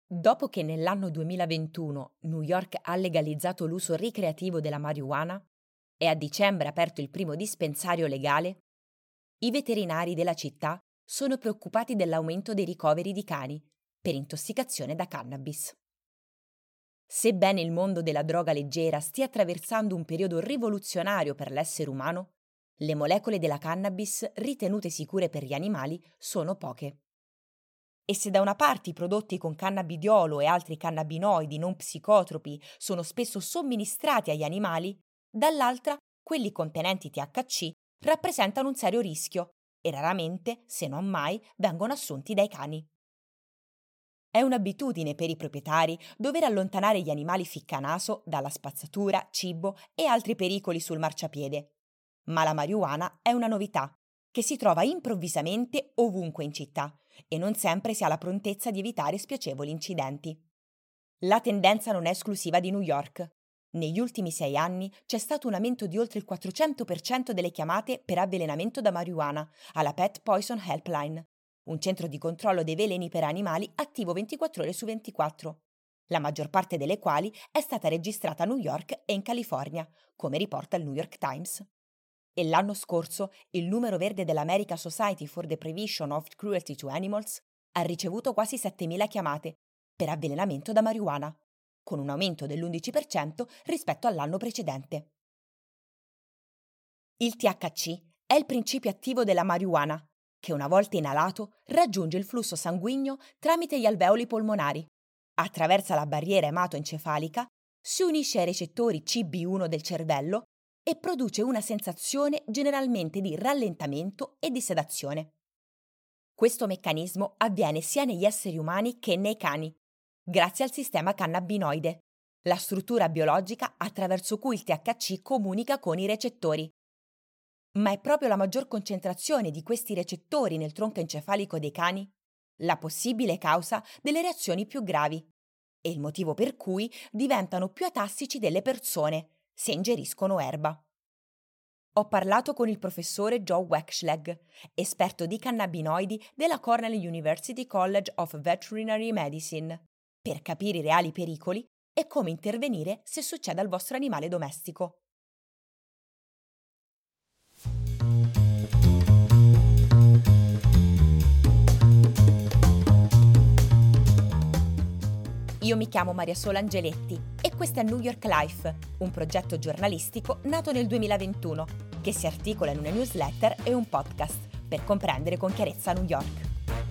Dopo che nell'anno 2021 New York ha legalizzato l'uso ricreativo della marijuana e a dicembre ha aperto il primo dispensario legale, i veterinari della città sono preoccupati dell'aumento dei ricoveri di cani per intossicazione da cannabis. Sebbene il mondo della droga leggera stia attraversando un periodo rivoluzionario per l'essere umano, le molecole della cannabis ritenute sicure per gli animali sono poche. E se da una parte i prodotti con cannabidiolo e altri cannabinoidi non psicotropi sono spesso somministrati agli animali, dall'altra quelli contenenti THC rappresentano un serio rischio e raramente, se non mai, vengono assunti dai cani. È un'abitudine per i proprietari dover allontanare gli animali ficcanaso dalla spazzatura, cibo e altri pericoli sul marciapiede. Ma la marijuana è una novità che si trova improvvisamente ovunque in città e non sempre si ha la prontezza di evitare spiacevoli incidenti. La tendenza non è esclusiva di New York. Negli ultimi 6 anni c'è stato un aumento di oltre il 400% delle chiamate per avvelenamento da marijuana alla Pet Poison Helpline, un centro di controllo dei veleni per animali attivo 24 ore su 24, la maggior parte delle quali è stata registrata a New York e in California, come riporta il New York Times. E l'anno scorso il numero verde dell'American Society for the Prevention of Cruelty to Animals ha ricevuto quasi 7.000 chiamate per avvelenamento da marijuana, con un aumento dell'11% rispetto all'anno precedente. Il THC è il principio attivo della marijuana, che una volta inalato raggiunge il flusso sanguigno tramite gli alveoli polmonari, attraversa la barriera ematoencefalica, si unisce ai recettori CB1 del cervello e produce una sensazione generalmente di rallentamento e di sedazione. Questo meccanismo avviene sia negli esseri umani che nei cani, grazie al sistema cannabinoide, la struttura biologica attraverso cui il THC comunica con i recettori. Ma è proprio la maggior concentrazione di questi recettori nel tronco encefalico dei cani la possibile causa delle reazioni più gravi e il motivo per cui diventano più atassici delle persone se ingeriscono erba. Ho parlato con il professore Joe Wexlag, esperto di cannabinoidi della Cornell University College of Veterinary Medicine, per capire i reali pericoli e come intervenire se succede al vostro animale domestico. Io mi chiamo Maria Sola Angeletti e questo è New York Life, un progetto giornalistico nato nel 2021 che si articola in una newsletter e un podcast per comprendere con chiarezza New York.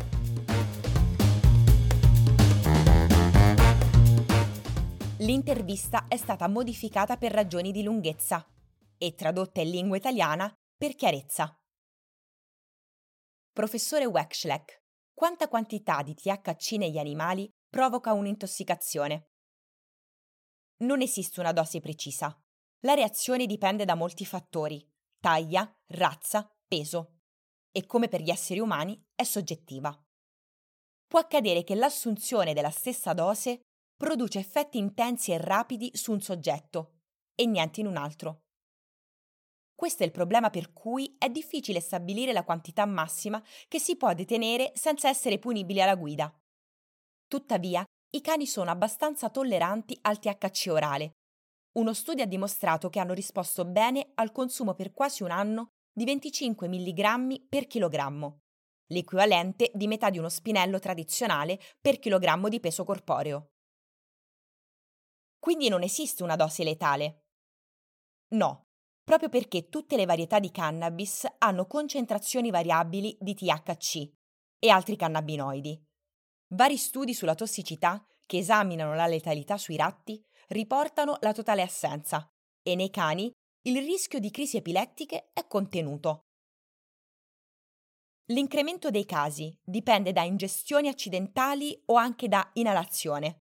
L'intervista è stata modificata per ragioni di lunghezza e tradotta in lingua italiana per chiarezza. Professore Wexlag, quanta quantità di THC negli animali provoca un'intossicazione? Non esiste una dose precisa. La reazione dipende da molti fattori: taglia, razza, peso. E come per gli esseri umani è soggettiva. Può accadere che l'assunzione della stessa dose produce effetti intensi e rapidi su un soggetto e niente in un altro. Questo è il problema per cui è difficile stabilire la quantità massima che si può detenere senza essere punibili alla guida. Tuttavia, i cani sono abbastanza tolleranti al THC orale. Uno studio ha dimostrato che hanno risposto bene al consumo per quasi un anno di 25 mg per chilogrammo, l'equivalente di metà di uno spinello tradizionale per chilogrammo di peso corporeo. Quindi non esiste una dose letale? No, proprio perché tutte le varietà di cannabis hanno concentrazioni variabili di THC e altri cannabinoidi. Vari studi sulla tossicità, che esaminano la letalità sui ratti, riportano la totale assenza e nei cani il rischio di crisi epilettiche è contenuto. L'incremento dei casi dipende da ingestioni accidentali o anche da inalazione.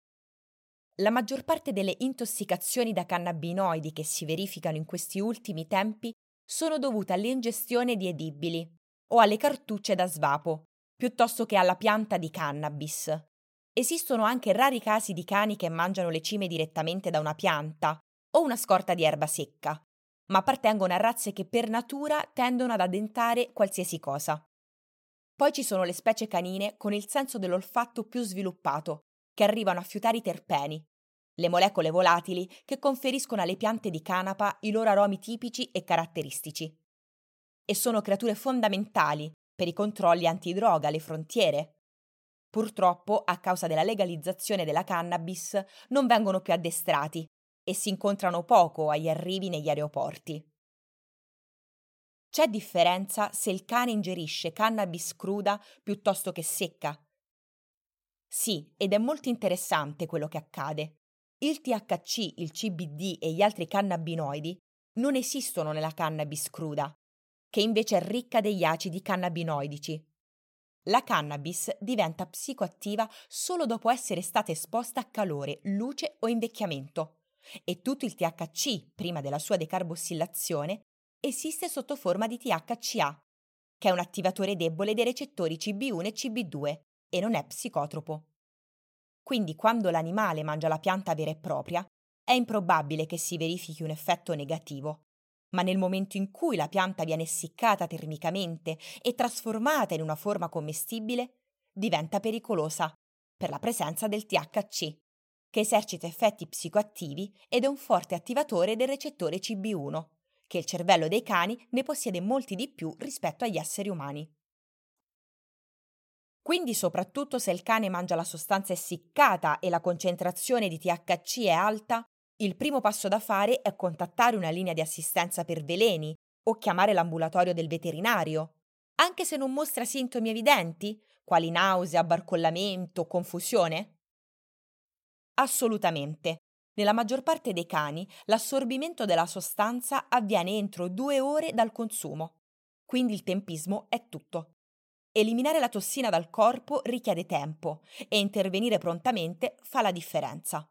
La maggior parte delle intossicazioni da cannabinoidi che si verificano in questi ultimi tempi sono dovute all'ingestione di edibili o alle cartucce da svapo, piuttosto che alla pianta di cannabis. Esistono anche rari casi di cani che mangiano le cime direttamente da una pianta o una scorta di erba secca, ma appartengono a razze che per natura tendono ad addentare qualsiasi cosa. Poi ci sono le specie canine con il senso dell'olfatto più sviluppato, che arrivano a fiutare i terpeni, le molecole volatili che conferiscono alle piante di canapa i loro aromi tipici e caratteristici. E sono creature fondamentali per i controlli antidroga alle frontiere. Purtroppo, a causa della legalizzazione della cannabis, non vengono più addestrati e si incontrano poco agli arrivi negli aeroporti. C'è differenza se il cane ingerisce cannabis cruda piuttosto che secca? Sì, ed è molto interessante quello che accade. Il THC, il CBD e gli altri cannabinoidi non esistono nella cannabis cruda, che invece è ricca degli acidi cannabinoidici. La cannabis diventa psicoattiva solo dopo essere stata esposta a calore, luce o invecchiamento, e tutto il THC, prima della sua decarbossilazione, esiste sotto forma di THCA, che è un attivatore debole dei recettori CB1 e CB2 e non è psicotropo. Quindi quando l'animale mangia la pianta vera e propria, è improbabile che si verifichi un effetto negativo, ma nel momento in cui la pianta viene essiccata termicamente e trasformata in una forma commestibile, diventa pericolosa per la presenza del THC, che esercita effetti psicoattivi ed è un forte attivatore del recettore CB1, che il cervello dei cani ne possiede molti di più rispetto agli esseri umani. Quindi, soprattutto se il cane mangia la sostanza essiccata e la concentrazione di THC è alta, il primo passo da fare è contattare una linea di assistenza per veleni o chiamare l'ambulatorio del veterinario, anche se non mostra sintomi evidenti, quali nausea, barcollamento o confusione? Assolutamente. Nella maggior parte dei cani l'assorbimento della sostanza avviene entro 2 ore dal consumo, quindi il tempismo è tutto. Eliminare la tossina dal corpo richiede tempo e intervenire prontamente fa la differenza.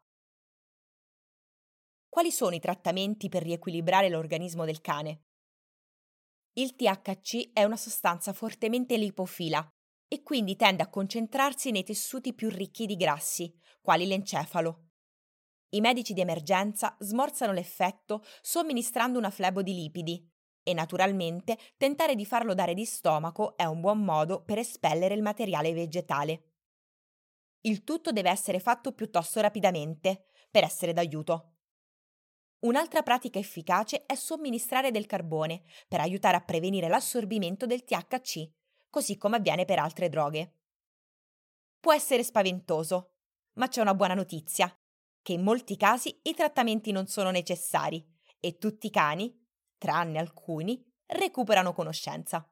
Quali sono i trattamenti per riequilibrare l'organismo del cane? Il THC è una sostanza fortemente lipofila e quindi tende a concentrarsi nei tessuti più ricchi di grassi, quali l'encefalo. I medici di emergenza smorzano l'effetto somministrando una flebo di lipidi e naturalmente tentare di farlo dare di stomaco è un buon modo per espellere il materiale vegetale. Il tutto deve essere fatto piuttosto rapidamente per essere d'aiuto. Un'altra pratica efficace è somministrare del carbone per aiutare a prevenire l'assorbimento del THC, così come avviene per altre droghe. Può essere spaventoso, ma c'è una buona notizia, che in molti casi i trattamenti non sono necessari e tutti i cani, tranne alcuni, recuperano conoscenza.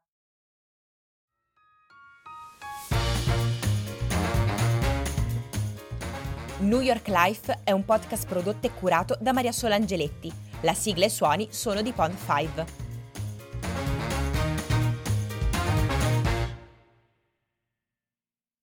New York Life è un podcast prodotto e curato da Maria Sola Angeletti. La sigla e i suoni sono di Pond 5.